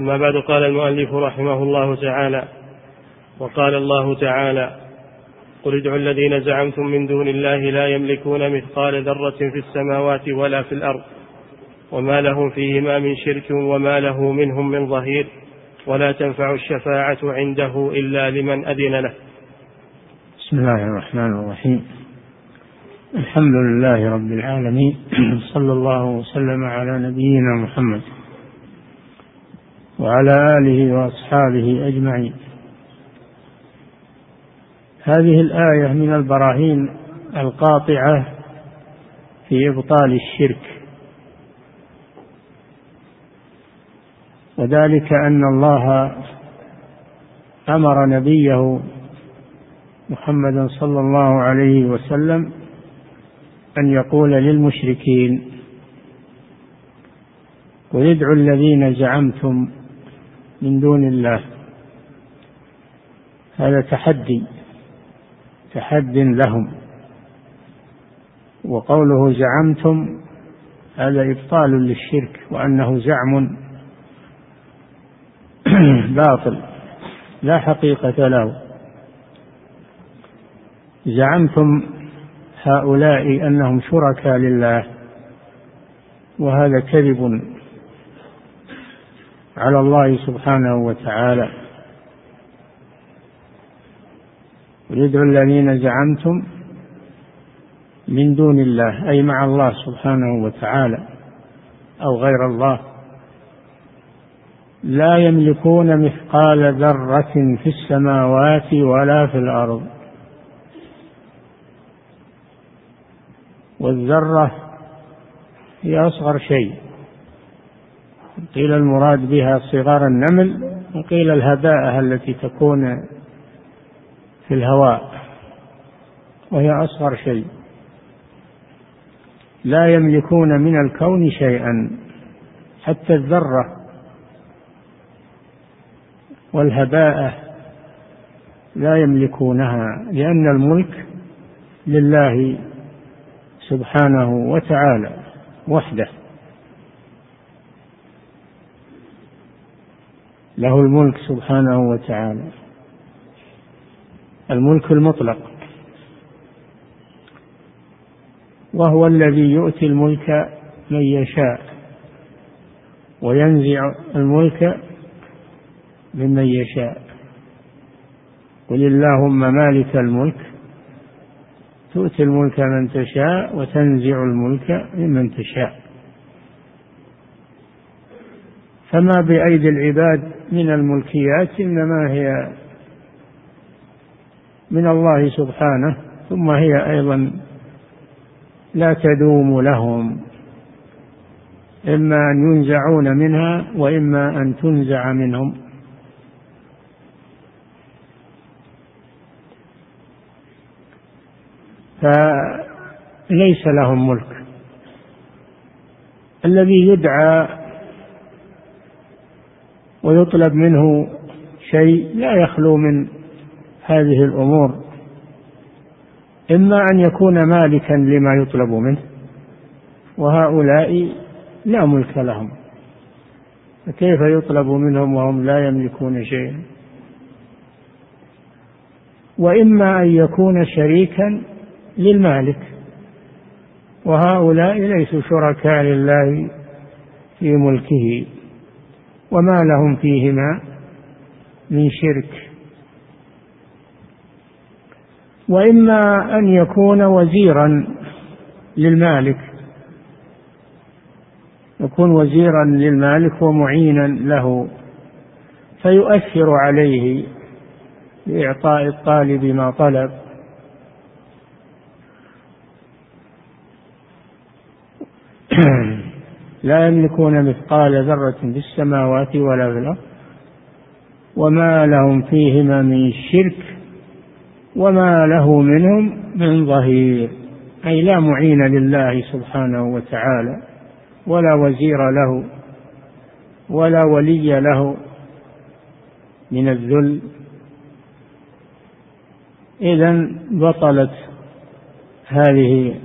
أما بعد، قال المؤلف رحمه الله تعالى: وقال الله تعالى: قل ادعوا الذين زعمتم من دون الله لا يملكون مثقال ذرة في السماوات ولا في الأرض وما لهم فيهما من شرك وما له منهم من ظهير ولا تنفع الشفاعة عنده إلا لمن أذن له. بسم الله الرحمن الرحيم. الحمد لله رب العالمين، صلى الله وسلم على نبينا محمد وعلى آله وأصحابه أجمعين. هذه الآية من البراهين القاطعة في إبطال الشرك، وذلك أن الله أمر نبيه محمد صلى الله عليه وسلم أن يقول للمشركين: قل ادعوا الذين زعمتم من دون الله. هذا تحد لهم، وقوله زعمتم هذا إبطال للشرك، وأنه زعم باطل لا حقيقة له. زعمتم هؤلاء أنهم شركاء لله، وهذا كذب على الله سبحانه وتعالى. ادعوا الذين زعمتم من دون الله، أي مع الله سبحانه وتعالى أو غير الله، لا يملكون مثقال ذرة في السماوات ولا في الأرض. والذرة هي أصغر شيء، قيل المراد بها صغار النمل، وقيل الهباء التي تكون في الهواء، وهي أصغر شيء. لا يملكون من الكون شيئا، حتى الذرة والهباء لا يملكونها، لأن الملك لله سبحانه وتعالى وحده، له الملك سبحانه وتعالى، الملك المطلق، وهو الذي يؤتي الملك من يشاء وينزع الملك ممن يشاء. قل اللهم مالك الملك تؤتي الملك من تشاء وتنزع الملك ممن تشاء. فما بأيدي العباد من الملكيات إنما هي من الله سبحانه، ثم هي أيضا لا تدوم لهم، إما أن ينزعون منها وإما أن تنزع منهم. فليس لهم ملك. الذي يدعى ويطلب منه شيء لا يخلو من هذه الأمور، إما أن يكون مالكا لما يطلب منه، وهؤلاء لا ملك لهم، فكيف يطلب منهم وهم لا يملكون شيئا؟ وإما أن يكون شريكا للمالك، وهؤلاء ليسوا شركاء لله في ملكه وما لهم فيهما من شرك. وإما أن يكون وزيرا للمالك، يكون وزيرا للمالك ومعينا له، فيؤثر عليه بإعطاء الطالب ما طلب. لا يملكون مثقال ذرة في السماوات ولا في الأرض وما لهم فيهما من شرك وما له منهم من ظهير، أي لا معين لله سبحانه وتعالى، ولا وزير له ولا ولي له من الذل. إذن بطلت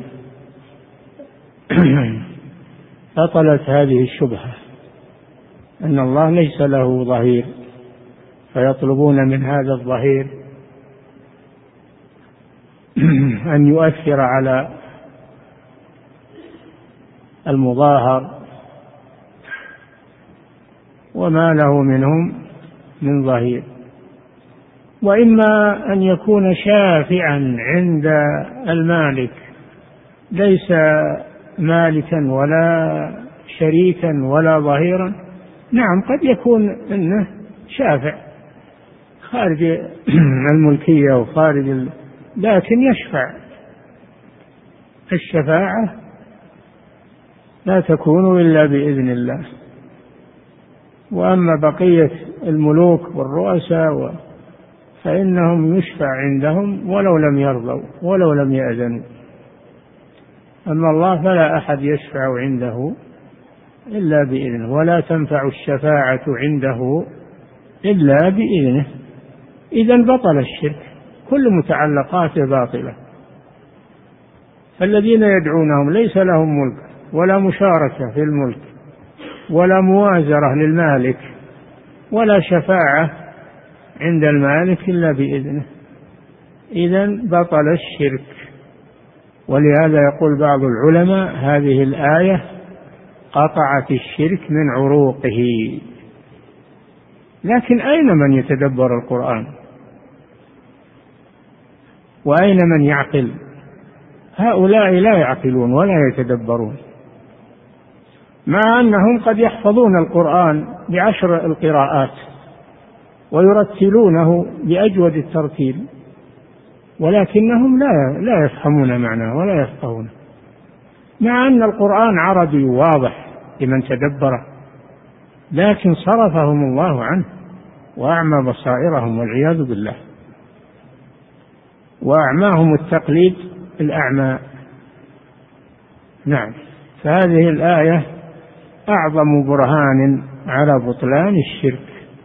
هذه الشبهة. أن الله ليس له ظهير، فيطلبون من هذا الظهير أن يؤثر على المظاهر، وما له منهم من ظهير. وإما أن يكون شافعا عند المالك، ليس مالكا ولا شريكا ولا ظهيرا. نعم، قد يكون إنه شافع خارج الملكية وخارج لكن يشفع. الشفاعة لا تكون إلا بإذن الله. وأما بقية الملوك والرؤساء فإنهم يشفع عندهم ولو لم يرضوا ولو لم يأذنوا. أما الله فلا أحد يشفع عنده إلا بإذنه، ولا تنفع الشفاعة عنده إلا بإذنه. إذن بطل الشرك، كل متعلقاته باطلة. فالذين يدعونهم ليس لهم ملك ولا مشاركة في الملك ولا موازرة للمالك ولا شفاعة عند المالك إلا بإذنه. إذن بطل الشرك. ولهذا يقول بعض العلماء هذه الآية قطعت الشرك من عروقه. لكن أين من يتدبر القرآن؟ وأين من يعقل؟ هؤلاء لا يعقلون ولا يتدبرون، مع أنهم قد يحفظون القرآن ب10 القراءات ويرتلونه بأجود الترتيل، ولكنهم لا يفهمون معناه ولا يفقهونه، مع أن القرآن عربي واضح لمن تدبره، لكن صرفهم الله عنه وأعمى بصائرهم والعياذ بالله، وأعماهم التقليد الأعمى. نعم، فهذه الآية أعظم برهان على بطلان الشرك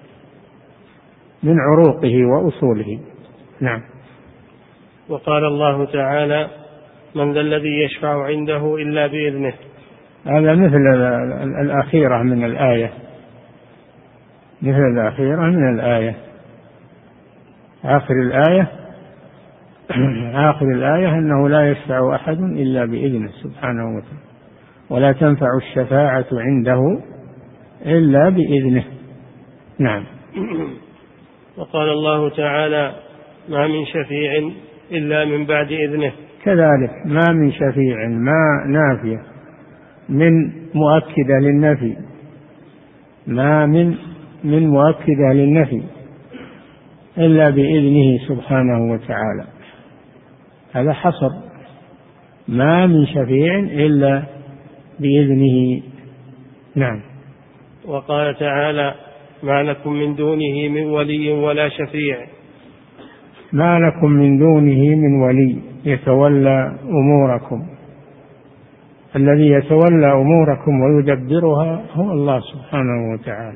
من عروقه وأصوله. نعم. وقال الله تعالى: من ذا الذي يشفع عنده إلا بإذنه. هذا مثل الأخيرة من الآية، مثل الأخيرة من الآية. آخر الآية أنه لا يشفع أحد إلا بإذنه سبحانه وتعالى، ولا تنفع الشفاعة عنده إلا بإذنه. نعم. وقال الله تعالى: ما من شفيع إلا من بعد إذنه. كذلك ما من شفيع، ما نافية من مؤكدة للنفي، ما من مؤكدة للنفي إلا بإذنه سبحانه وتعالى. هذا حصر، ما من شفيع إلا بإذنه. نعم. وقال تعالى: ما لكم من دونه من ولي ولا شفيع. ما لكم من دونه من ولي يتولى أموركم. الذي يتولى أموركم ويدبرها هو الله سبحانه وتعالى.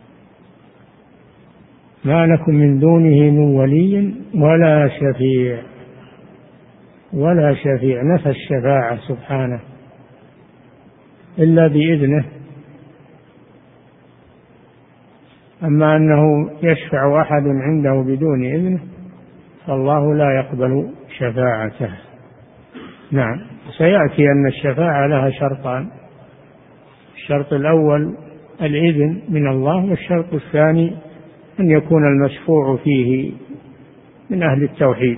ما لكم من دونه من ولي ولا شفيع. ولا شفيع، نفى الشفاعة سبحانه إلا بإذنه. أما أنه يشفع أحد عنده بدون إذنه فالله لا يقبل شفاعته. نعم. سيأتي أن الشفاعة لها شرطان: الشرط الأول الإذن من الله، والشرط الثاني أن يكون المشفوع فيه من أهل التوحيد،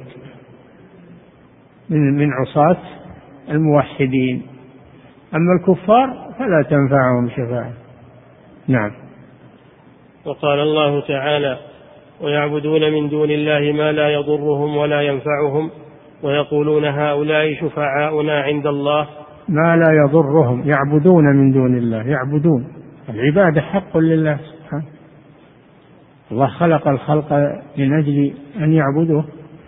من عصاة الموحدين. أما الكفار فلا تنفعهم شفاعة. نعم. وقال الله تعالى: ويعبدون من دون الله ما لا يضرهم ولا ينفعهم ويقولون هؤلاء شفعاؤنا عند الله. ما لا يضرهم، يعبدون من دون الله، يعبدون. العبادة حق لله سبحانه. الله خلق الخلق من أجل أن يعبدوه،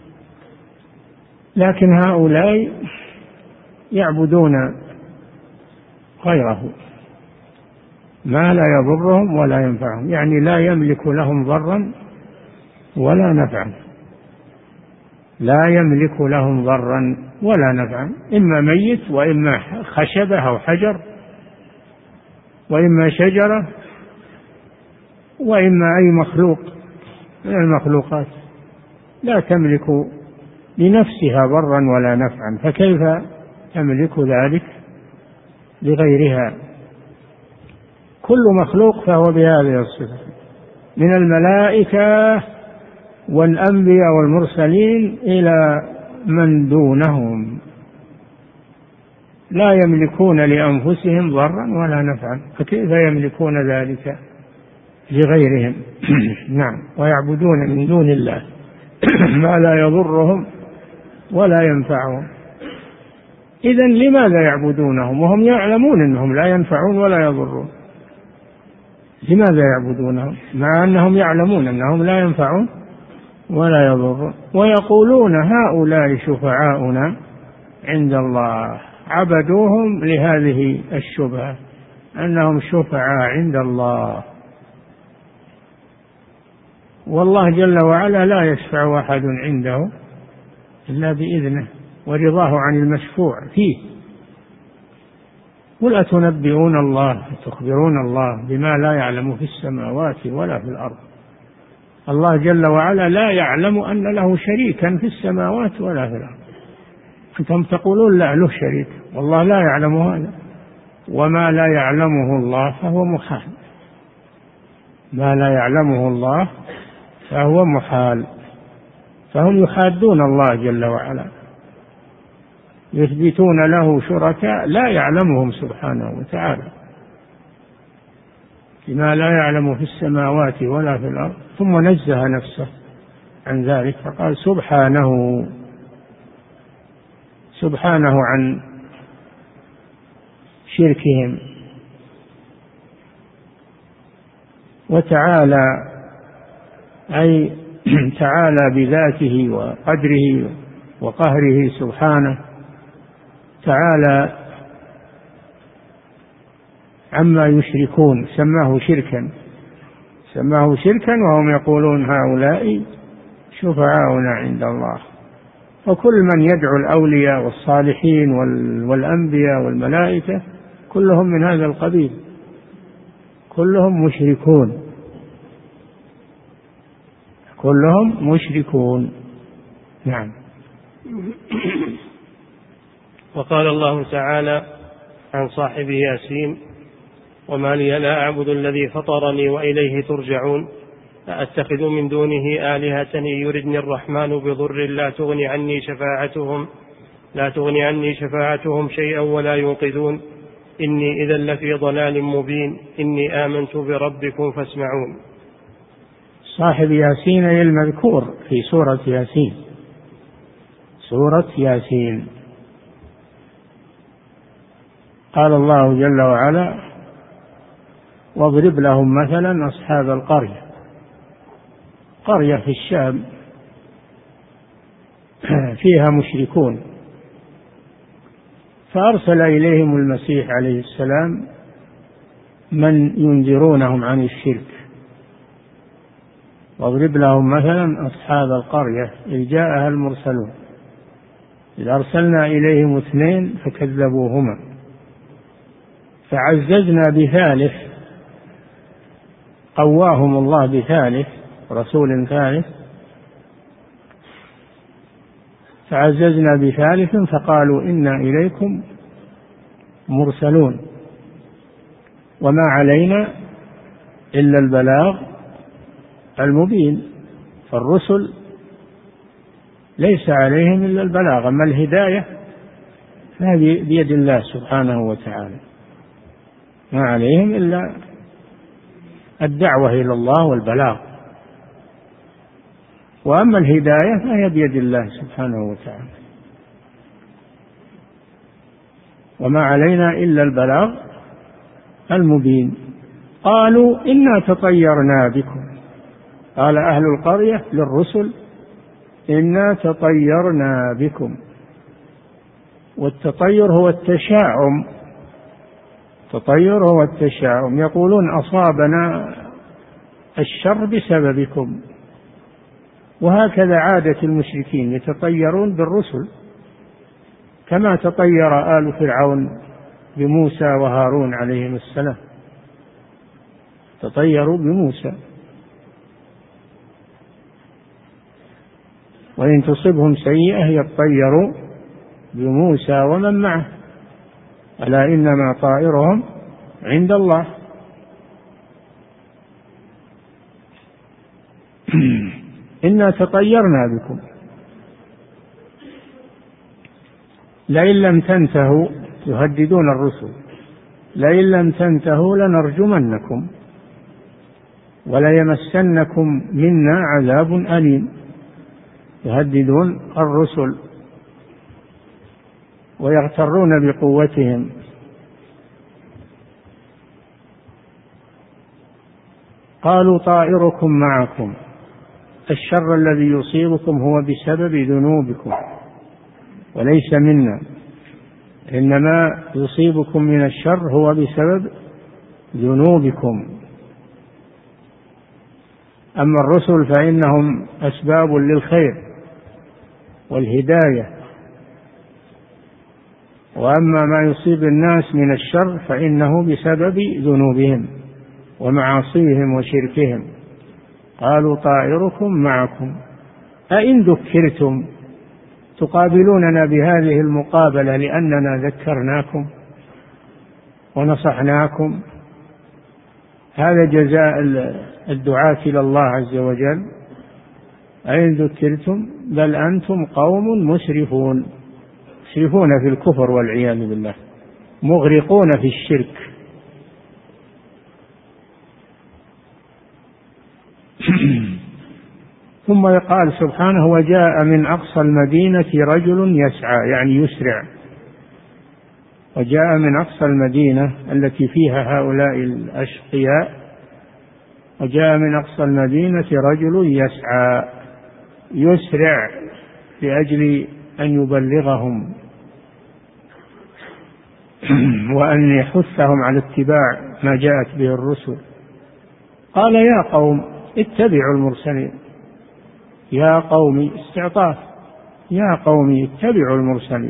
لكن هؤلاء يعبدون غيره ما لا يضرهم ولا ينفعهم، يعني لا يملك لهم ضرا ولا نفعا، لا يملك لهم ضرا ولا نفعا، إما ميت وإما خشبة أو حجر وإما شجرة وإما أي مخلوق من المخلوقات لا تملك لنفسها ضرا ولا نفعا، فكيف تملك ذلك لغيرها؟ كل مخلوق فهو بهذه الصفة، من الملائكة والأنبياء والمرسلين إلى من دونهم، لا يملكون لأنفسهم ضرا ولا نفعا، فكيف يملكون ذلك لغيرهم؟ نعم، ويعبدون من دون الله ما لا يضرهم ولا ينفعهم. إذن لماذا يعبدونهم وهم يعلمون أنهم لا ينفعون ولا يضرون؟ لماذا يعبدونهم مع أنهم يعلمون أنهم لا ينفعون ولا يضرون؟ ويقولون هؤلاء شفعاؤنا عند الله، عبدوهم لهذه الشبهة أنهم شفعاء عند الله، والله جل وعلا لا يشفع أحد عنده إلا بإذنه ورضاه عن المشفوع فيه. قل أتنبئون الله تخبرون الله بما لا يعلم في السماوات ولا في الأرض؟ الله جل وعلا لا يعلم أن له شريكا في السماوات ولا في الأرض، أنتم تقولون لا له شريك، والله لا يعلم هذا. وما لا يعلمه الله فهو محال، ما لا يعلمه الله فهو محال. فهم يحادون الله جل وعلا، يثبتون له شركاء لا يعلمهم سبحانه وتعالى، بما لا يعلم في السماوات ولا في الأرض، ثم نزه نفسه عن ذلك فقال سبحانه عن شركهم، وتعالى أي تعالى بذاته وقدره وقهره سبحانه، تعالى عما يشركون، سماه شركا وهم يقولون هؤلاء شفعاؤنا عند الله. وكل من يدعو الأولياء والصالحين والأنبياء والملائكة كلهم من هذا القبيل، كلهم مشركون. نعم. وقال الله تعالى عن صاحب ياسين: وما لي لا أعبد الذي فطرني وإليه ترجعون، أأتخذ من دونه آلهة يردني الرحمن بضر لا تغني عني شفاعتهم شيئا ولا ينقذون، إني إذا لفي ضلال مبين، إني آمنت بربكم فاسمعون. صاحب ياسين المذكور في سورة ياسين قال الله جل وعلا: واضرب لهم مثلا أصحاب القرية، قرية في الشام فيها مشركون، فأرسل إليهم المسيح عليه السلام من ينذرونهم عن الشرك. واضرب لهم مثلا أصحاب القرية إذ جاءها المرسلون إذ أرسلنا إليهم 2 فكذبوهما فعززنا بثالث، قواهم الله بثالث، رسول ثالث، فعززنا بثالث فقالوا إنا إليكم مرسلون وما علينا إلا البلاغ المبين. فالرسل ليس عليهم إلا البلاغ، أما الهداية فهذه بيد الله سبحانه وتعالى، ما عليهم إلا الدعوة إلى الله والبلاغ، وأما الهداية فهي بيد الله سبحانه وتعالى. وما علينا إلا البلاغ المبين. قالوا إنا تطيرنا بكم، قال أهل القرية للرسل: إنا تطيرنا بكم. والتطير هو التشاؤم، يقولون أصابنا الشر بسببكم. وهكذا عادة المشركين، يتطيرون بالرسل كما تطير آل فرعون بموسى وهارون عليهم السلام. تطيروا بموسى. وإن تصبهم سيئة يطيروا بموسى ومن معه، ألا إنما طائرهم عند الله. إنا تطيرنا بكم لئن لم تنتهوا، يهددون الرسل، لئن لم تنتهوا لنرجمنكم وليمسنكم منا عذاب أليم. يهددون الرسل ويغترون بقوتهم. قالوا طائركم معكم، الشر الذي يصيبكم هو بسبب ذنوبكم وليس منا، إنما يصيبكم من الشر هو بسبب ذنوبكم. أما الرسل فإنهم أسباب للخير والهداية، وأما ما يصيب الناس من الشر فإنه بسبب ذنوبهم ومعاصيهم وشركهم. قالوا طائركم معكم أئن ذكرتم، تقابلوننا بهذه المقابلة لأننا ذكرناكم ونصحناكم. هذا جزاء الدعاة إلى الله عز وجل. أئن ذكرتم بل أنتم قوم مسرفون، مسرفون في الكفر والعياذ بالله، مغرقون في الشرك. ثم يقال سبحانه وجاء من أقصى المدينة رجل يسعى، يعني يسرع. وجاء من أقصى المدينة التي فيها هؤلاء الأشقياء، وجاء من أقصى المدينة رجل يسعى، يسرع لأجل أن يبلغهم وأن يحثهم على اتباع ما جاءت به الرسل. قال يا قوم اتبعوا المرسلين. يا قوم استعطاف، يا قوم اتبعوا المرسلين،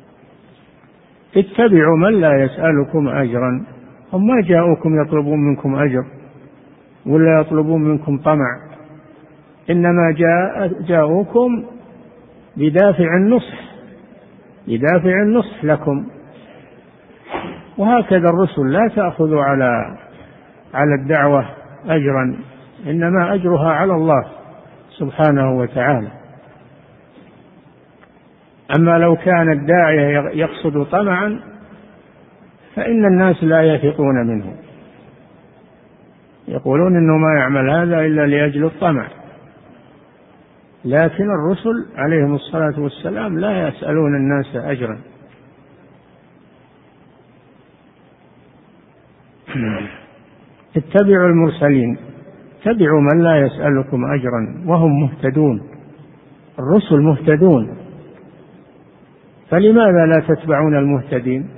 اتبعوا من لا يسألكم أجرا. هم ما جاءوكم يطلبون منكم أجر ولا يطلبون منكم طمع، إنما جاءوكم بدافع النصح، بدافع النصح لكم. وهكذا الرسل لا تأخذوا على الدعوة أجرا، إنما أجرها على الله سبحانه وتعالى. أما لو كان الداعية يقصد طمعا فإن الناس لا يثقون منه، يقولون إنه ما يعمل هذا إلا لأجل الطمع. لكن الرسل عليهم الصلاة والسلام لا يسألون الناس أجرا. اتبعوا المرسلين، اتبعوا من لا يسألكم أجرا وهم مهتدون. الرسل مهتدون، فلماذا لا تتبعون المهتدين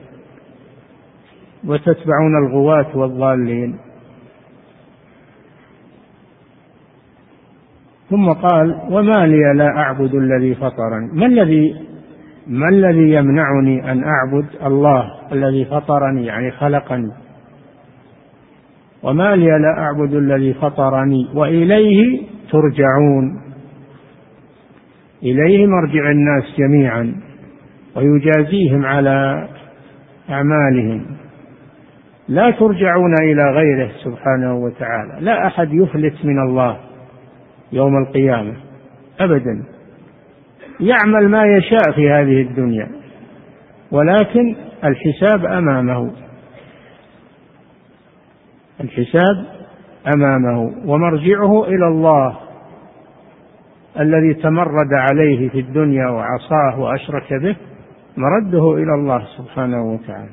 وتتبعون الغواة والضالين؟ ثم قال وما لي لا أعبد الذي فطرني. ما الذي يمنعني أن أعبد الله الذي فطرني، يعني خلقني؟ وما لي لا أعبد الذي فطرني وإليه ترجعون. إليه مرجع الناس جميعا ويجازيهم على أعمالهم، لا ترجعون إلى غيره سبحانه وتعالى. لا أحد يفلت من الله يوم القيامة أبدا، يعمل ما يشاء في هذه الدنيا، ولكن الحساب أمامه، الحساب أمامه، ومرجعه إلى الله الذي تمرد عليه في الدنيا وعصاه وأشرك به، مرده إلى الله سبحانه وتعالى.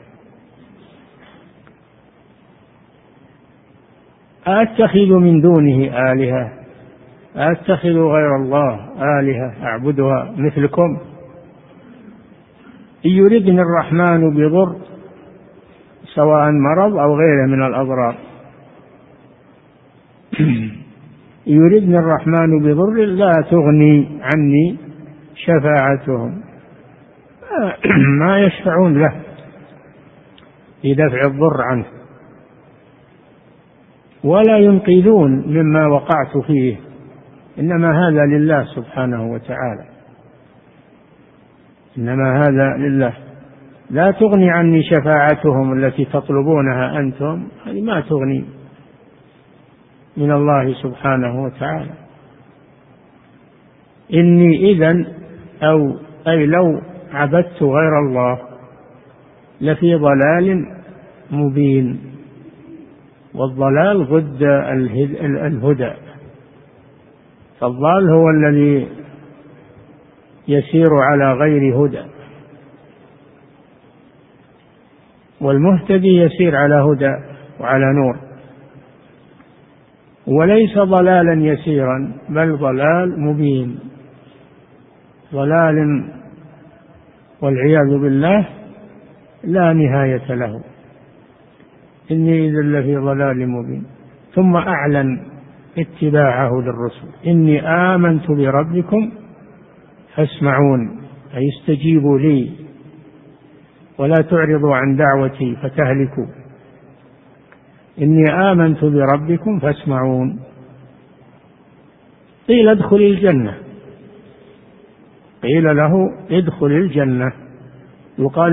أتخذ من دونه آلهة، أتخذ غير الله آلهة أعبدها مثلكم؟ إن يردني الرحمن بضر، سواء مرض أو غيره من الأضرار، يردني الرحمن بضر لا تغني عني شفاعتهم، ما يشفعون له في دفع الضر عنه. ولا ينقذون مما وقعت فيه، إنما هذا لله سبحانه وتعالى، إنما هذا لله. لا تغني عني شفاعتهم التي تطلبونها أنتم، هذه ما تغني من الله سبحانه وتعالى. إني إذن أي لو عبدت غير الله لفي ضلال مبين، والضلال ضد الهدى، فالضال هو الذي يسير على غير هدى، والمهتدي يسير على هدى وعلى نور، وليس ضلالا يسيرا بل ضلال مبين، ضلال والعياذ بالله لا نهاية له. إني إذا لفي ضلال مبين. ثم أعلن اتباعه للرسل: إني آمنت بربكم فاسمعون، أي استجيبوا لي ولا تعرضوا عن دعوتي فتهلكوا. إني آمنت بربكم فاسمعون. قيل ادخل الجنة، قيل له ادخل الجنة، يقال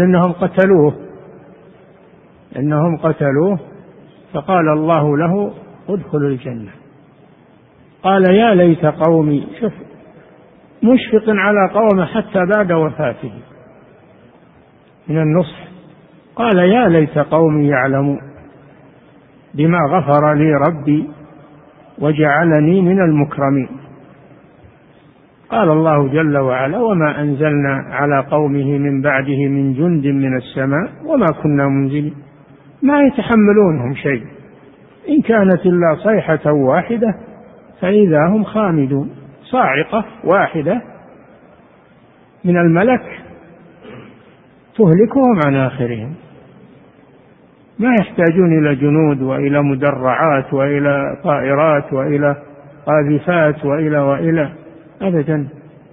إنهم قتلوه فقال الله له ادخل الجنة. قال يا ليت قومي، شوف مشفق على قومه حتى بعد وفاته من النصح، قال يا ليت قومي يعلموا بما غفر لي ربي وجعلني من المكرمين. قال الله جل وعلا: وما أنزلنا على قومه من بعده من جند من السماء وما كنا منزلين. ما يتحملونهم شيء، إن كانت إلا صيحة واحدة فإذا هم خامدون. صاعقة واحدة من الملك تهلكهم عن آخرهم، ما يحتاجون إلى جنود وإلى مدرعات وإلى طائرات وإلى قاذفات وإلى أبدا.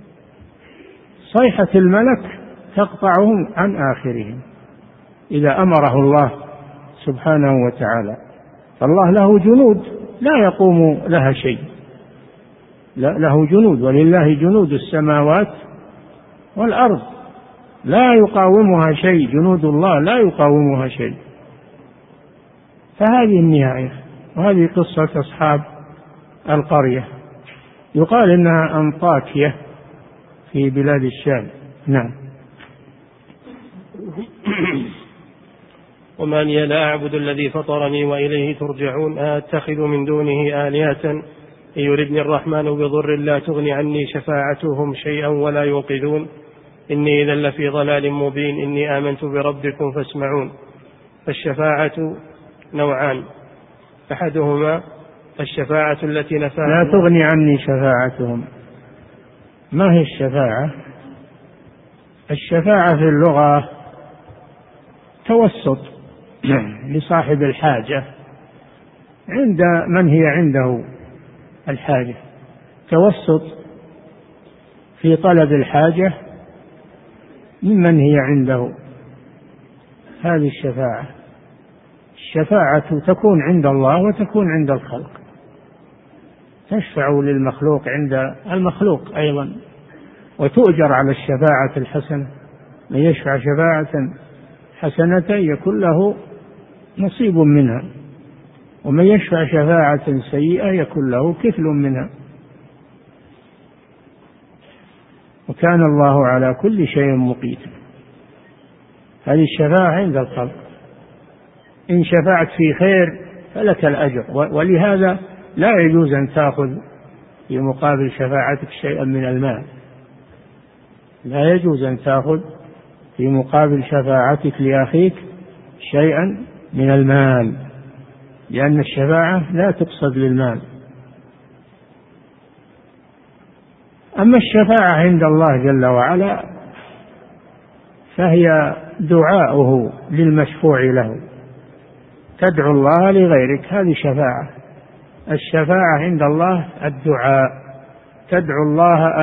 صيحة الملك تقطعهم عن آخرهم إذا أمره الله سبحانه وتعالى. فالله له جنود لا يقوم لها شيء، له جنود، ولله جنود السماوات والأرض لا يقاومها شيء، جنود الله لا يقاومها شيء. فهذه النهاية، وهذه قصة أصحاب القرية، يقال إنها أنطاكية في بلاد الشام. نعم. وما لي لا أعبد الذي فطرني وإليه ترجعون، أتخذ من دونه آلهة إن يردني الرحمن بضر لا تغني عني شفاعتهم شيئا ولا يوقظون، إني إذا لفي ضلال مبين، إني آمنت بربكم فاسمعون. فالشفاعة نوعان: أحدهما الشفاعة التي نفاها لا تغني عني شفاعتهم. ما هي الشفاعة؟ الشفاعة في اللغة توسط لصاحب الحاجة عند من هي عنده الحاجة، توسط في طلب الحاجة ممن هي عنده. هذه الشفاعة. الشفاعة تكون عند الله وتكون عند الخلق، تشفع للمخلوق عند المخلوق أيضا، وتؤجر على الشفاعة الحسنة. من يشفع شفاعة حسنة يكون له نصيب منها، ومن يشفع شفاعة سيئة يكون له كفل منها. وكان الله على كل شيء مقيتا. هذه الشفاعة عند الخلق. إن شفعت في خير فلك الأجر، ولهذا لا يجوز أن تأخذ في مقابل شفاعتك شيئا من المال. لا يجوز أن تأخذ في مقابل شفاعتك لأخيك شيئا من المال، لأن الشفاعة لا تقصد للمال. أما الشفاعة عند الله جل وعلا فهي دعاؤه للمشفوع له، تدعو الله لغيرك، هذه شفاعة. الشفاعة عند الله الدعاء، تدعو الله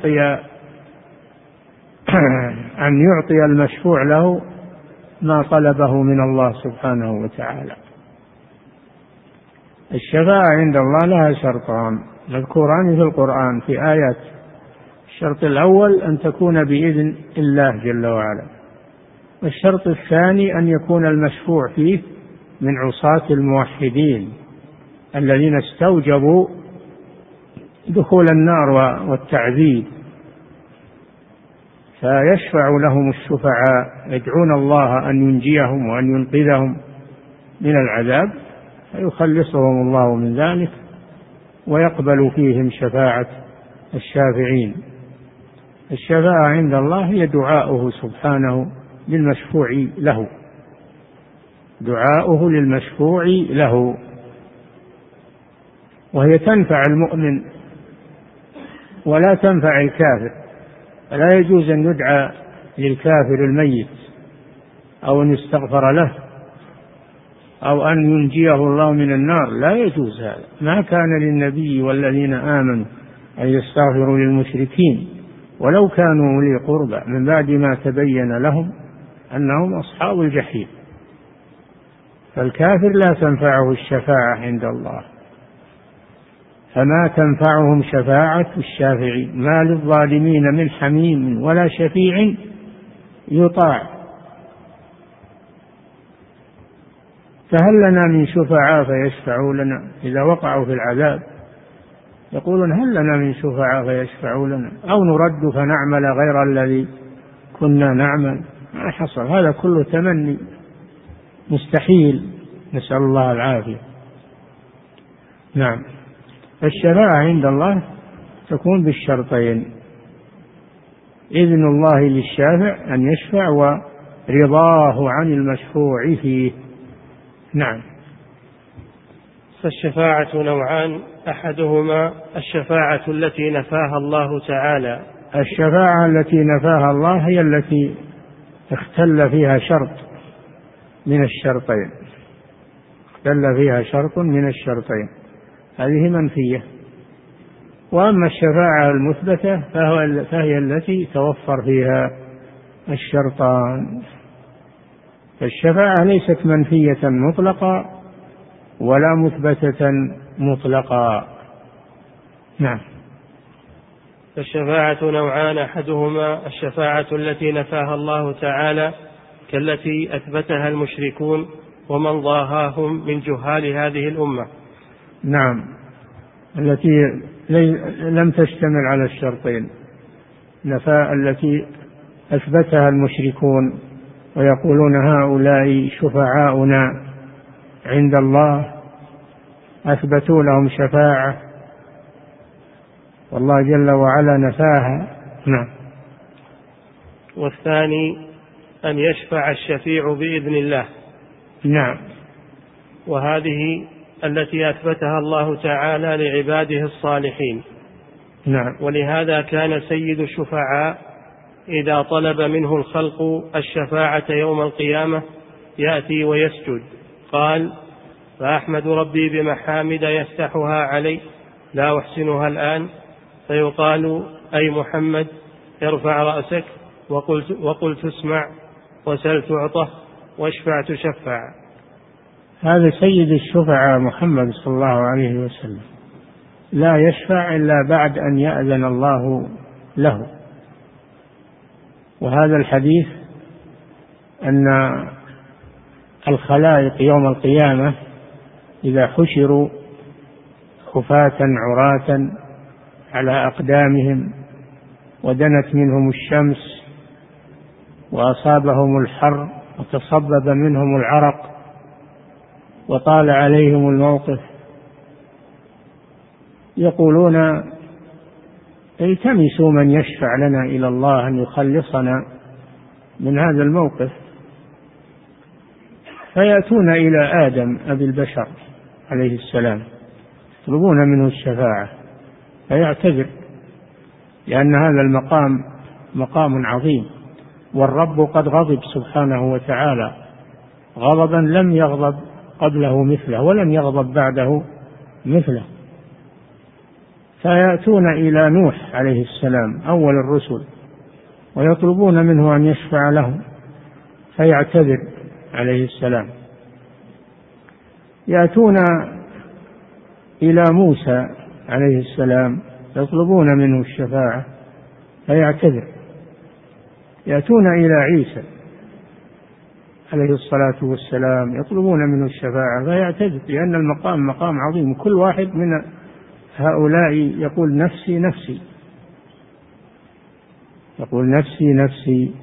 أن يعطي المشفوع له ما طلبه من الله سبحانه وتعالى. الشفاعة عند الله لها شرطان مذكوران في القرآن في آيات. الشرط الأول أن تكون بإذن الله جل وعلا، والشرط الثاني أن يكون المشفوع فيه من عصاة الموحدين الذين استوجبوا دخول النار والتعذيب، فيشفع لهم الشفعاء يدعون الله أن ينجيهم وأن ينقذهم من العذاب، فيخلصهم الله من ذلك ويقبل فيهم شفاعة الشافعين. الشفاعة عند الله هي دعاؤه سبحانه للمشفوع له، دعاؤه للمشفوع له، وهي تنفع المؤمن ولا تنفع الكافر. فلا يجوز أن يدعى للكافر الميت أو أن يستغفر له أو أن ينجيه الله من النار، لا يجوز هذا. ما كان للنبي والذين آمنوا أن يستغفروا للمشركين ولو كانوا أولي قربى من بعد ما تبين لهم أنهم أصحاب الجحيم. فالكافر لا تنفعه الشفاعة عند الله، فما تنفعهم شفاعة الشافعين. ما للظالمين من حميم ولا شفيع يطاع. فهل لنا من شفعاء فيشفعوا لنا إذا وقعوا في العذاب؟ يقولون هل لنا من شفعاء فيشفعوا لنا أو نرد فنعمل غير الذي كنا نعمل. ما حصل، هذا كله تمني مستحيل، نسأل الله العافية. نعم. الشفاعة عند الله تكون بالشرطين: إذن الله للشافع أن يشفع ورضاه عن المشفوع فيه. نعم. فالشفاعة نوعان، أحدهما الشفاعة التي نفاها الله تعالى. الشفاعة التي نفاها الله هي التي اختل فيها شرط من الشرطين، اختل فيها شرط من الشرطين، هذه منفية. وأما الشفاعة المثبتة فهي التي توفر فيها الشرطان. فالشفاعة ليست منفية مطلقة ولا مثبتة مطلقا. نعم. فالشفاعة نوعان، أحدهما الشفاعة التي نفاها الله تعالى كالتي أثبتها المشركون ومن ضاهاهم من جهال هذه الأمة. نعم، التي لم تشتمل على الشرطين. نفاء التي أثبتها المشركون ويقولون هؤلاء شفعاؤنا عند الله، أثبتوا لهم شفاعة والله جل وعلا نفاها. نعم. والثاني أن يشفع الشفيع بإذن الله. نعم. وهذه التي أثبتها الله تعالى لعباده الصالحين. نعم. ولهذا كان سيد الشفعاء إذا طلب منه الخلق الشفاعة يوم القيامة يأتي ويسجد، قال: فأحمد ربي بمحامد يفتحها علي لا أحسنها الآن، فيقال: أي محمد ارفع رأسك وقل تسمع، وسل تعطى، واشفع تشفع. هذا سيد الشفعاء محمد صلى الله عليه وسلم، لا يشفع إلا بعد أن يأذن الله له. وهذا الحديث أن الخلائق يوم القيامة إذا حشروا خفاة عراة على أقدامهم ودنت منهم الشمس وأصابهم الحر وتصبب منهم العرق وطال عليهم الموقف، يقولون: التمسوا من يشفع لنا إلى الله أن يخلصنا من هذا الموقف. فيأتون إلى آدم أبي البشر عليه السلام يطلبون منه الشفاعة، فيعتذر لأن هذا المقام مقام عظيم، والرب قد غضب سبحانه وتعالى غضبا لم يغضب قبله مثله ولم يغضب بعده مثله. فيأتون إلى نوح عليه السلام أول الرسل ويطلبون منه أن يشفع لهم، فيعتذر عليه السلام. يأتون إلى موسى عليه السلام يطلبون منه الشفاعة فيعتذر، يأتون إلى عيسى عليه الصلاة والسلام يطلبون منه الشفاعة فيعتذر، لأن المقام مقام عظيم، كل واحد من هؤلاء يقول نفسي نفسي، يقول نفسي نفسي،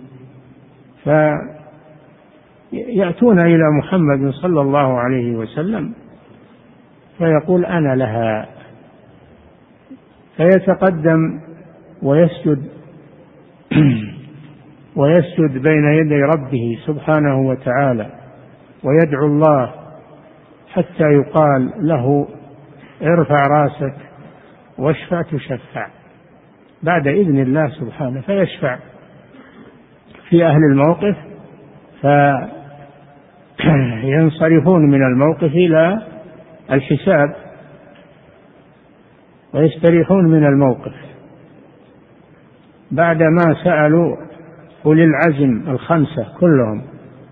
فيأتون إلى محمد صلى الله عليه وسلم فيقول أنا لها، فيتقدم ويسجد ويسجد بين يدي ربه سبحانه وتعالى ويدعو الله حتى يقال له ارفع راسك واشفع تشفع بعد إذن الله سبحانه، فيشفع في أهل الموقف فينصرفون من الموقف إلى الحساب ويستريحون من الموقف بعدما سألوا أولي العزم الخمسة كلهم،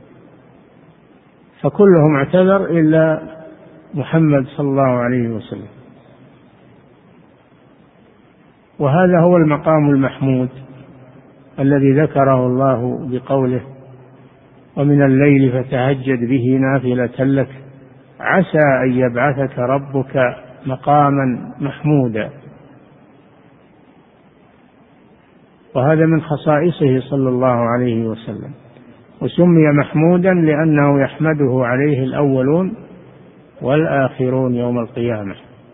فكلهم اعتذر إلا محمد صلى الله عليه وسلم. وهذا هو المقام المحمود الذي ذكره الله بقوله ومن الليل فتهجد به نافلة لك عسى أن يبعثك ربك مقاما محمودا. وهذا من خصائصه صلى الله عليه وسلم، وسمي محمودا لأنه يحمده عليه الأولون والآخرون يوم القيامة.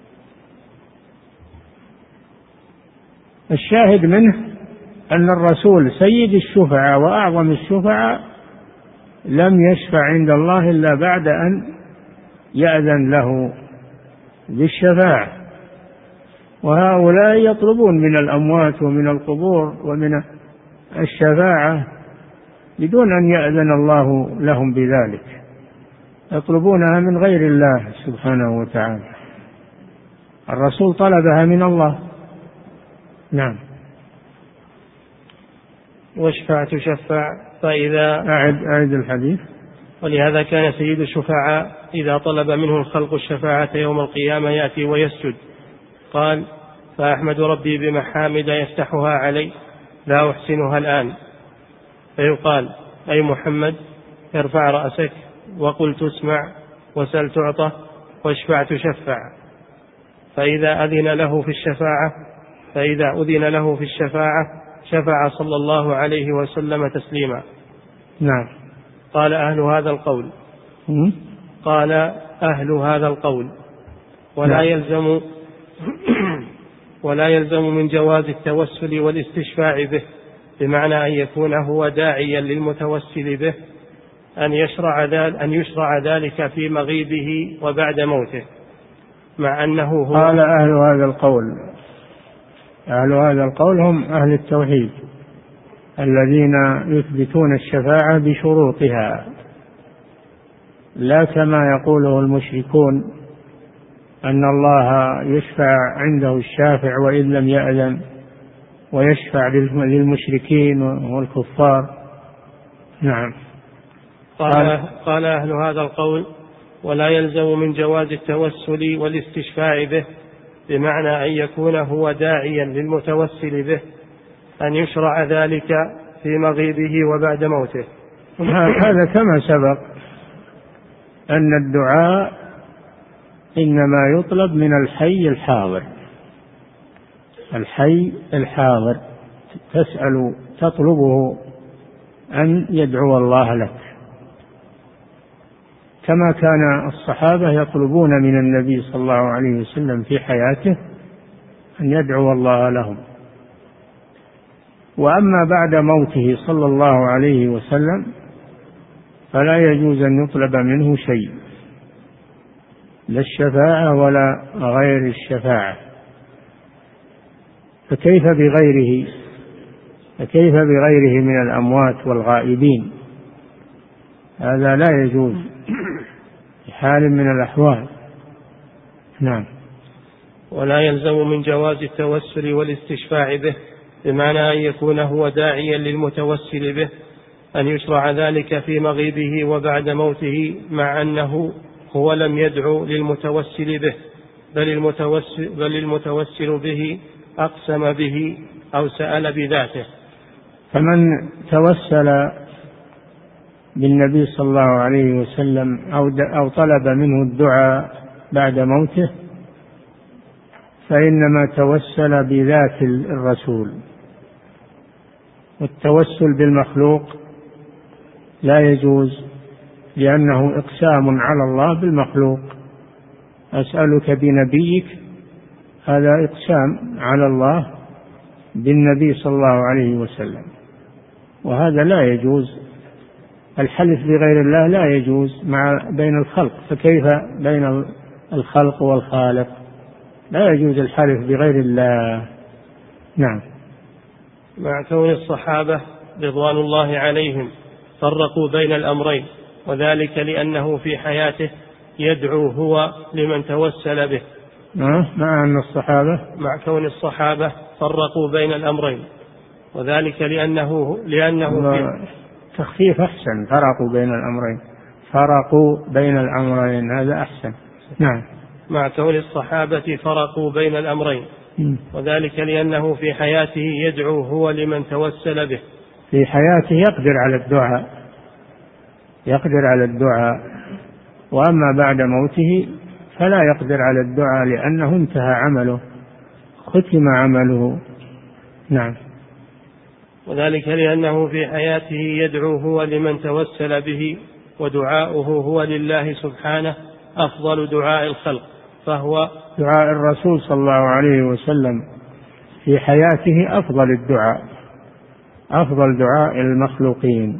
الشاهد منه أن الرسول سيد الشفعاء وأعظم الشفعاء لم يشفع عند الله إلا بعد أن يأذن له بالشفاعة، وهؤلاء يطلبون من الأموات ومن القبور ومن الشفاعة بدون أن يأذن الله لهم بذلك، يطلبونها من غير الله سبحانه وتعالى. الرسول طلبها من الله. نعم. واشفع تشفع فإذا أعد الحديث. ولهذا كان سيد الشفعاء إذا طلب منه الخلق الشفاعة يوم القيامة يأتي ويسجد، قال فأحمد ربي بمحامد يفتحها علي لا أحسنها الآن، فيقال أي محمد ارفع رأسك وقل تسمع وسل تعطى واشفع تشفع، فإذا أذن له في الشفاعة شفع صلى الله عليه وسلم تسليما. نعم. قال أهل هذا القول ولا يلزم من جواز التوسل والاستشفاع به، بمعنى أن يكون هو داعيا للمتوسل به أن يشرع ذلك في مغيبه وبعد موته، مع أنه هو. قال أهل هذا القول هم أهل التوحيد الذين يثبتون الشفاعة بشروطها، لا كما يقوله المشركون أن الله يشفع عنده الشافع وإن لم يأذن، ويشفع للمشركين والكفار. نعم. قال أهل هذا القول ولا يلزم من جواز التوسل والاستشفاع به، بمعنى أن يكون هو داعيا للمتوسل به أن يشرع ذلك في مغيبه وبعد موته. هذا كما سبق أن الدعاء إنما يطلب من الحي الحاضر تطلبه أن يدعو الله لك، كما كان الصحابة يطلبون من النبي صلى الله عليه وسلم في حياته أن يدعو الله لهم. وأما بعد موته صلى الله عليه وسلم فلا يجوز أن يطلب منه شيء، لا الشفاعة ولا غير الشفاعة. فكيف بغيره من الأموات والغائبين؟ هذا لا يجوز في حال من الأحوال. نعم. ولا يلزم من جواز التوسل والاستشفاع به، بمعنى أن يكون هو داعيا للمتوسل به أن يشرع ذلك في مغيبه وبعد موته، مع أنه هو لم يدعو للمتوسل به، بل المتوسل به أقسم به أو سأل بذاته. فمن توسل بالنبي صلى الله عليه وسلم أو طلب منه الدعاء بعد موته فإنما توسل بذات الرسول. والتوسل بالمخلوق لا يجوز، لأنه إقسام على الله بالمخلوق. أسألك بنبيك، هذا إقسام على الله بالنبي صلى الله عليه وسلم، وهذا لا يجوز. الحلف بغير الله لا يجوز بين الخلق، فكيف بين الخلق والخالق؟ لا يجوز الحلف بغير الله. نعم. مع كون الصحابة رضوان الله عليهم فرقوا بين الأمرين، وذلك لأنه في حياته يدعو هو لمن توسل به. مع كون الصحابة فرقوا بين الأمرين، وذلك لأنه في تخفيف أحسن. فرقوا بين الأمرين هذا أحسن. نعم. مع كون الصحابة فرقوا بين الأمرين، وذلك لأنه في حياته يدعو هو لمن توسل به. في حياته يقدر على الدعاء، وأما بعد موته فلا يقدر على الدعاء، لأنه انتهى عمله، ختم عمله. نعم. وذلك لأنه في حياته يدعو هو لمن توسل به، ودعاؤه هو لله سبحانه أفضل دعاء الخلق، فهو دعاء الرسول صلى الله عليه وسلم في حياته أفضل دعاء المخلوقين.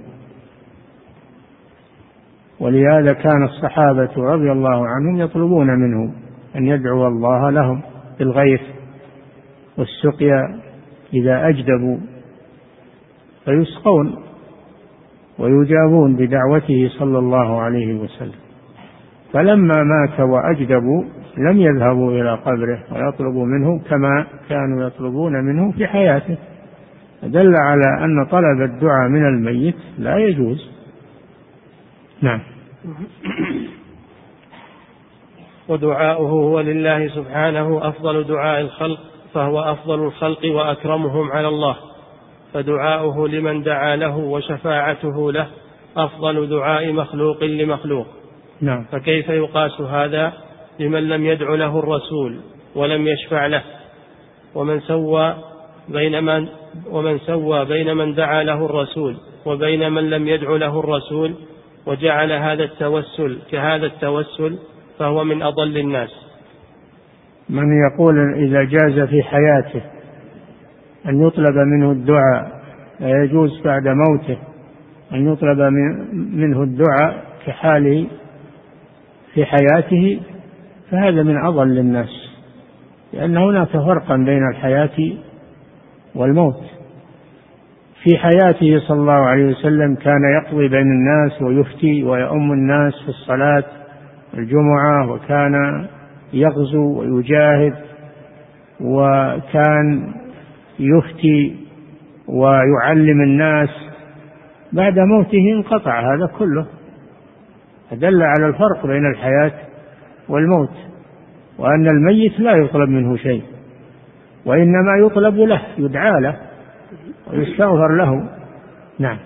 ولهذا كان الصحابة رضي الله عنهم يطلبون منه أن يدعو الله لهم بالغيث والسقيا إذا أجدبوا، فيسقون ويجابون بدعوته صلى الله عليه وسلم. فلما مات وأجدبوا لم يذهبوا إلى قبره ويطلبوا منه كما كانوا يطلبون منه في حياته، دل على أن طلب الدعاء من الميت لا يجوز. نعم. ودعاؤه هو لله سبحانه أفضل دعاء الخلق، فهو أفضل الخلق وأكرمهم على الله، فدعاؤه لمن دعا له وشفاعته له أفضل دعاء مخلوق لمخلوق. نعم. فكيف يقاس هذا لمن لم يدع له الرسول ولم يشفع له؟ ومن سوى بين من دعا له الرسول وبين من لم يدع له الرسول وجعل هذا التوسل كهذا التوسل فهو من أضل الناس. من يقول إذا جاز في حياته أن يطلب منه الدعاء لا يجوز بعد موته أن يطلب منه الدعاء كحاله في حياته، فهذا من أضل الناس، لأن هناك فرقا بين الحياة والموت. في حياته صلى الله عليه وسلم كان يقضي بين الناس ويفتي ويؤم الناس في الصلاة الجمعة، وكان يغزو ويجاهد، وكان يفتي ويعلم الناس. بعد موته انقطع هذا كله، فدل على الفرق بين الحياة والموت، وأن الميت لا يطلب منه شيء، وإنما يطلب له، يدعى له ويستغفر له. نعم.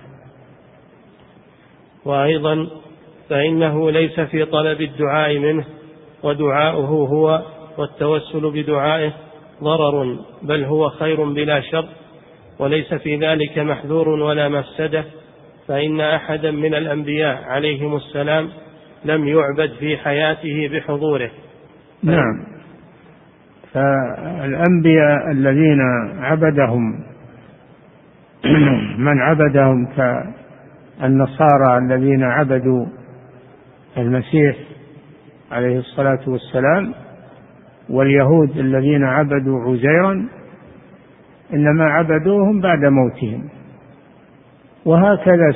وأيضا فإنه ليس في طلب الدعاء منه ودعاؤه هو والتوسل بدعائه ضرر، بل هو خير بلا شر، وليس في ذلك محذور ولا مفسدة، فإن أحدا من الأنبياء عليهم السلام لم يعبد في حياته بحضوره. نعم. فالأنبياء الذين عبدهم من عبدهم كالنصارى الذين عبدوا المسيح عليه الصلاة والسلام، واليهود الذين عبدوا عزيرا، إنما عبدوهم بعد موتهم. وهكذا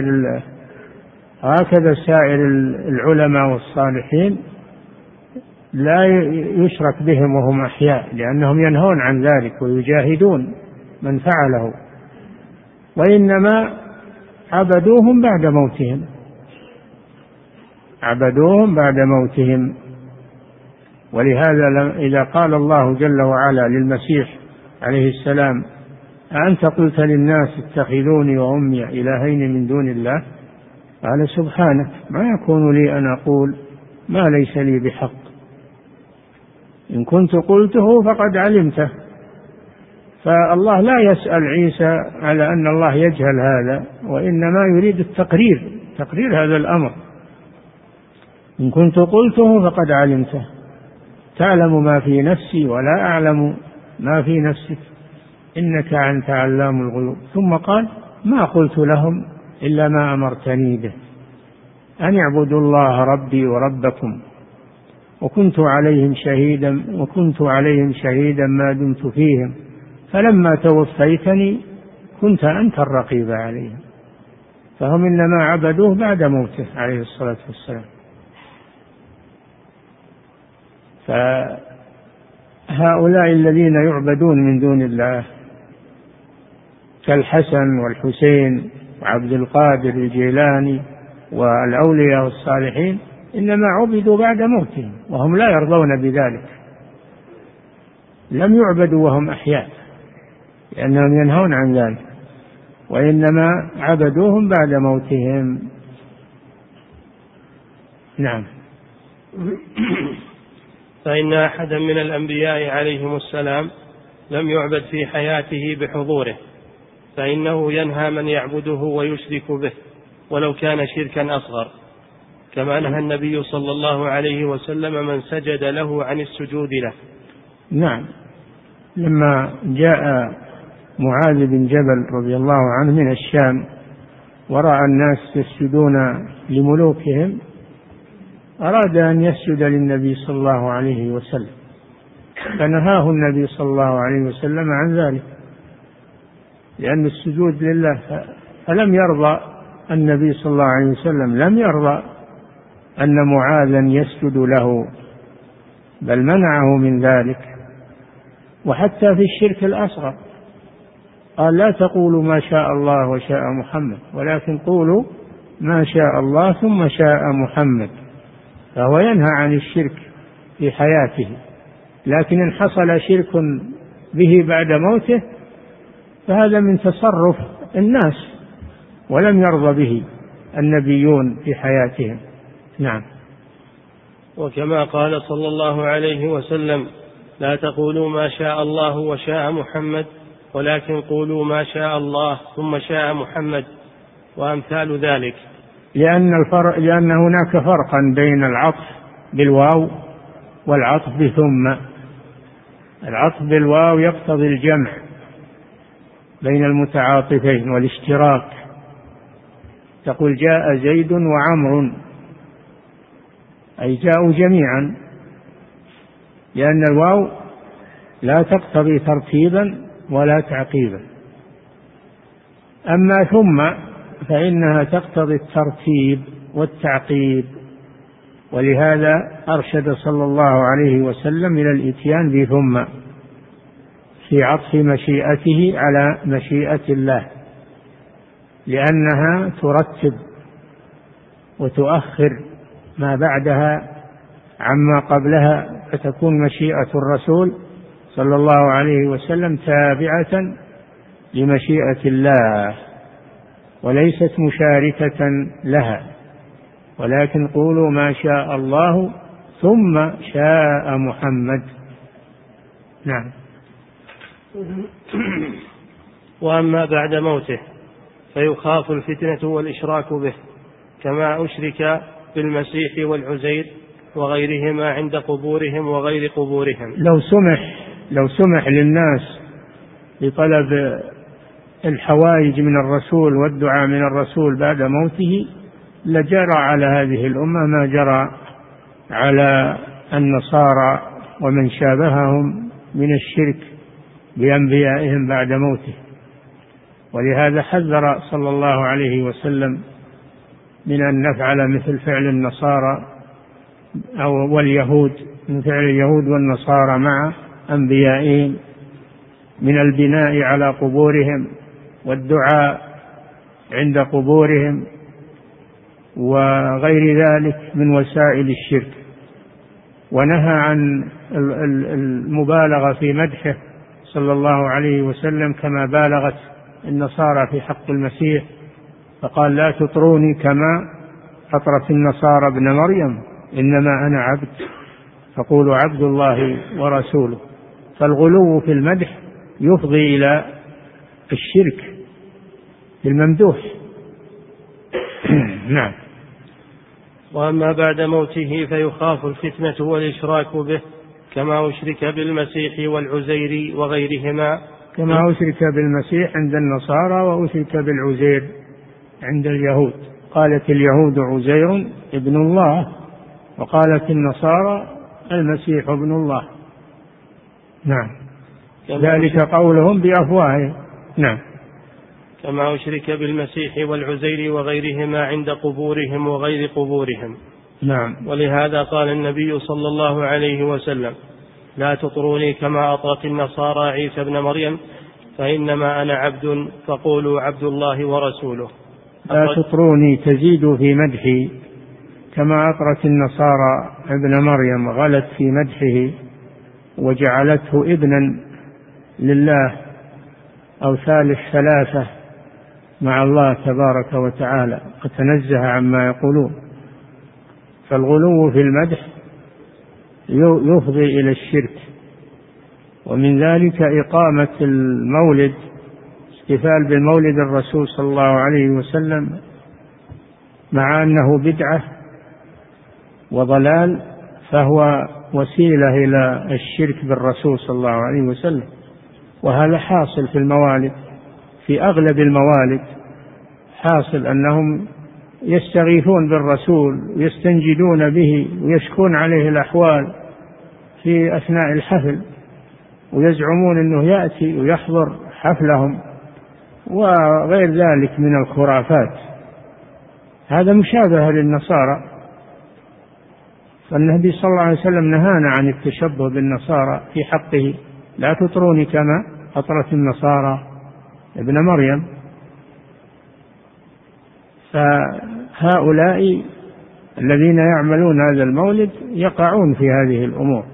سائر العلماء والصالحين لا يشرك بهم وهم أحياء، لأنهم ينهون عن ذلك ويجاهدون من فعله، وإنما عبدوهم بعد موتهم. ولهذا إذا قال الله جل وعلا للمسيح عليه السلام: أأنت قلت للناس اتخذوني وأمي إلهين من دون الله؟ قال: سبحانك، ما يكون لي أن أقول ما ليس لي بحق، إن كنت قلته فقد علمته. فالله لا يسأل عيسى على أن الله يجهل هذا، وإنما يريد تقرير هذا الأمر. إن كنت قلته فقد علمته، تعلم ما في نفسي ولا أعلم ما في نفسك، إنك أنت علام الغيوب. ثم قال: ما قلت لهم إلا ما أمرتني به، أن اعبدوا الله ربي وربكم، وكنت عليهم شهيدا ما دمت فيهم، فلما توفيتني كنت أنت الرقيب عليهم. فهم إنما عبدوه بعد موته عليه الصلاة والسلام. فهؤلاء الذين يعبدون من دون الله كالحسن والحسين وعبد القادر الجيلاني والأولياء والصالحين إنما عبدوا بعد موتهم، وهم لا يرضون بذلك، لم يعبدوا وهم أحياء لأنهم ينهون عن ذلك، وإنما عبدوهم بعد موتهم. نعم. فإن أحدا من الأنبياء عليهم السلام لم يعبد في حياته بحضوره، فإنه ينهى من يعبده ويشرك به ولو كان شركا أصغر، كما نهى النبي صلى الله عليه وسلم من سجد له عن السجود له. نعم. لما جاء معاذ بن جبل رضي الله عنه من الشام ورأى الناس يسجدون لملوكهم، أراد أن يسجد للنبي صلى الله عليه وسلم، فنهاه النبي صلى الله عليه وسلم عن ذلك، لأن السجود لله. فلم يرضى النبي صلى الله عليه وسلم، لم يرضى أن معاذا يسجد له، بل منعه من ذلك. وحتى في الشرك الأصغر قال: لا تقولوا ما شاء الله وشاء محمد، ولكن قولوا ما شاء الله ثم شاء محمد. فهو ينهى عن الشرك في حياته، لكن إن حصل شرك به بعد موته فهذا من تصرف الناس، ولم يرضى به النبيون في حياتهم. نعم. وكما قال صلى الله عليه وسلم: لا تقولوا ما شاء الله وشاء محمد، ولكن قولوا ما شاء الله ثم شاء محمد، وأمثال ذلك. لأن هناك فرقا بين العطف بالواو والعطف بثم. العطف بالواو يقتضي الجمع بين المتعاطفين والاشتراك، تقول: جاء زيد وعمر، أي جاءوا جميعا، لأن الواو لا تقتضي ترتيبا ولا تعقيبا. أما ثم فإنها تقتضي الترتيب والتعقيب، ولهذا أرشد صلى الله عليه وسلم إلى الإتيان بثم في عطف مشيئته على مشيئة الله، لأنها ترتب وتؤخر ما بعدها عما قبلها، فتكون مشيئة الرسول صلى الله عليه وسلم تابعة لمشيئة الله وليست مشاركة لها. ولكن قولوا ما شاء الله ثم شاء محمد. نعم. وأما بعد موته فيخاف الفتنة والإشراك به، كما أشرك بالمسيح والعزير وغيرهما عند قبورهم وغير قبورهم. لو سمح للناس بطلب الحوائج من الرسول والدعاء من الرسول بعد موته لجرى على هذه الأمة ما جرى على النصارى ومن شابههم من الشرك بأنبيائهم بعد موته. ولهذا حذر صلى الله عليه وسلم من أن نفعل مثل فعل النصارى واليهود، من فعل اليهود والنصارى مع أنبيائهم من البناء على قبورهم والدعاء عند قبورهم وغير ذلك من وسائل الشرك. ونهى عن المبالغة في مدحه صلى الله عليه وسلم كما بالغت النصارى في حق المسيح، فقال: لا تطروني كما أطرت النصارى ابن مريم، إنما أنا عبد فقولوا عبد الله ورسوله. فالغلو في المدح يفضي إلى الشرك بالممدوح. نعم. وأما بعد موته فيخاف الفتنة والإشراك به، كما أشرك بالمسيح والعزير وغيرهما، كما أشرك بالمسيح عند النصارى وأشرك بالعزير عند اليهود. قالت اليهود عزير ابن الله، وقالت النصارى المسيح ابن الله. نعم، ذلك قولهم بأفواههم. نعم. كما أشرك بالمسيح والعزير وغيرهما عند قبورهم وغير قبورهم. نعم. ولهذا قال النبي صلى الله عليه وسلم: لا تطروني كما أطرت النصارى عيسى بن مريم، فإنما أنا عبد فقولوا عبد الله ورسوله. لا تطروني تزيدوا في مدحي كما أطرت النصارى ابن مريم، غلت في مدحه وجعلته ابنا لله أو ثالث ثلاثة مع الله تبارك وتعالى، وتنزه عما يقولون. فالغلو في المدح يفضي إلى الشرك. ومن ذلك إقامة المولد، احتفال بمولد الرسول صلى الله عليه وسلم، مع أنه بدعة وضلال، فهو وسيلة إلى الشرك بالرسول صلى الله عليه وسلم. وهذا حاصل في الموالد، في أغلب الموالد حاصل أنهم يستغيثون بالرسول ويستنجدون به ويشكون عليه الأحوال في أثناء الحفل، ويزعمون أنه يأتي ويحضر حفلهم وغير ذلك من الخرافات. هذا مشابه للنصارى، فالنبي صلى الله عليه وسلم نهانا عن التشبه بالنصارى في حقه: لا تطروني كما أطرت النصارى ابن مريم. فهؤلاء الذين يعملون هذا المولد يقعون في هذه الأمور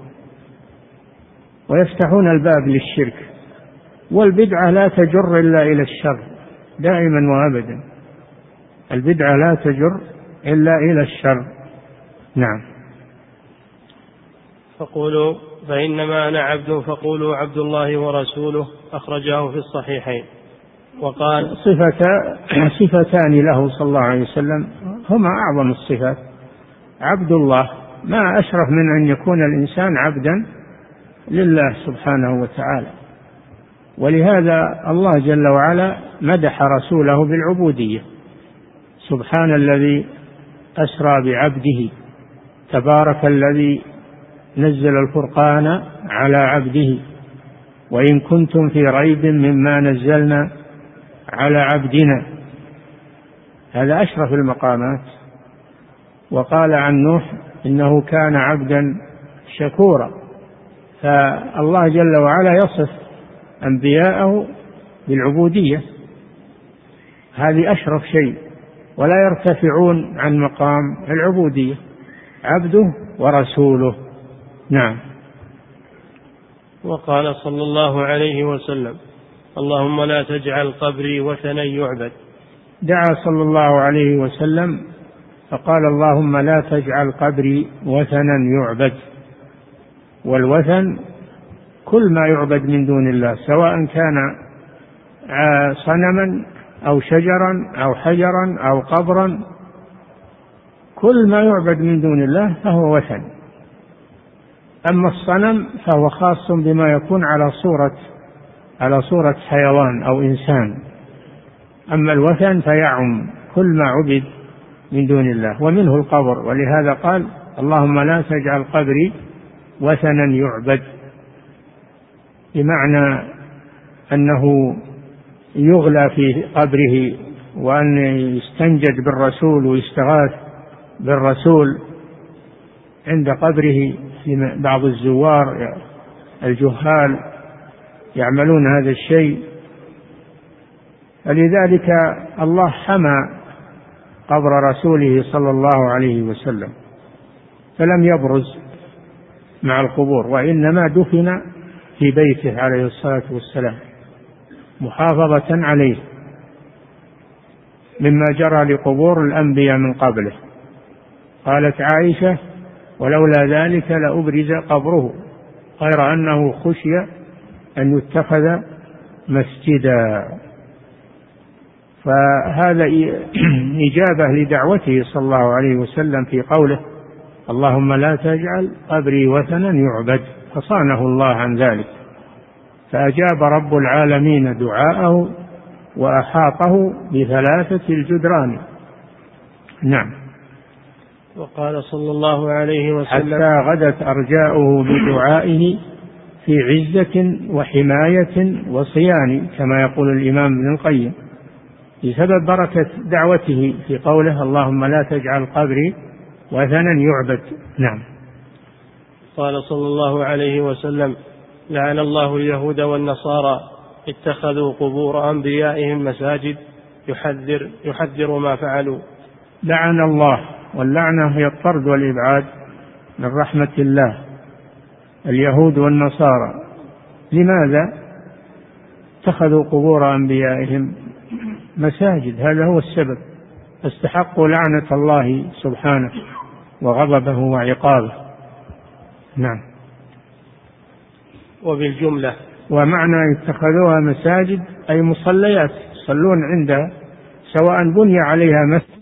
ويفتحون الباب للشرك. والبدعة لا تجر إلا إلى الشر دائما وأبدا، البدعة لا تجر إلا إلى الشر. نعم. فقولوا فإنما أنا عبد فقولوا عبد الله ورسوله، أخرجاه في الصحيحين. وقال: صفتان له صلى الله عليه وسلم هما أعظم الصفات: عبد الله، ما أشرف من أن يكون الإنسان عبدا لله سبحانه وتعالى. ولهذا الله جل وعلا مدح رسوله بالعبودية: سبحان الذي أسرى بعبده، تبارك الذي نزل الفرقان على عبده، وإن كنتم في ريب مما نزلنا على عبدنا. هذا أشرف المقامات. وقال عن نوح: إنه كان عبدا شكورا. فالله جل وعلا يصف أنبياءه بالعبودية، هذه أشرف شيء، ولا يرتفعون عن مقام العبودية، عبده ورسوله. نعم. وقال صلى الله عليه وسلم: اللهم لا تجعل قبري وثنا يعبد. دعا صلى الله عليه وسلم فقال: اللهم لا تجعل قبري وثنا يعبد. والوثن كل ما يعبد من دون الله، سواء كان صنما أو شجرا أو حجرا أو قبرا، كل ما يعبد من دون الله فهو وثن. أما الصنم فهو خاص بما يكون على صورة حيوان أو إنسان. أما الوثن فيعم كل ما عبد من دون الله، ومنه القبر. ولهذا قال: اللهم لا تجعل قبري وثنا يعبد، بمعنى أنه يغلى في قبره، وأن يستنجد بالرسول ويستغاث بالرسول عند قبره. في بعض الزوار الجهال يعملون هذا الشيء، فلذلك الله حمى قبر رسوله صلى الله عليه وسلم فلم يبرز مع القبور، وإنما دفن في بيته عليه الصلاة والسلام محافظة عليه، مما جرى لقبور الأنبياء من قبله. قالت عائشة: ولولا ذلك لأبرز قبره، غير أنه خشي أن يتخذ مسجدا. فهذا إجابة لدعوته صلى الله عليه وسلم في قوله: اللهم لا تجعل قبري وثنا يعبد، فصانه الله عن ذلك، فأجاب رب العالمين دعاءه وأحاطه بثلاثة الجدران. نعم. وقال صلى الله عليه وسلم: حتى غدت أرجاؤه بدعائه في عزة وحماية وصيان، كما يقول الإمام ابن القيم، بسبب بركة دعوته في قوله: اللهم لا تجعل قبري وثنا يعبد. نعم. قال صلى الله عليه وسلم: لعن الله اليهود والنصارى اتخذوا قبور أنبيائهم مساجد، يحذر ما فعلوا. لعن الله، واللعنة هي الطرد والإبعاد من رحمة الله، اليهود والنصارى. لماذا؟ اتخذوا قبور أنبيائهم مساجد، هذا هو السبب، استحقوا لعنة الله سبحانه وغضبه وعقابه. نعم. وبالجملة، ومعنى اتخذوها مساجد أي مصليات، يصلون عندها، سواء بني عليها مسجد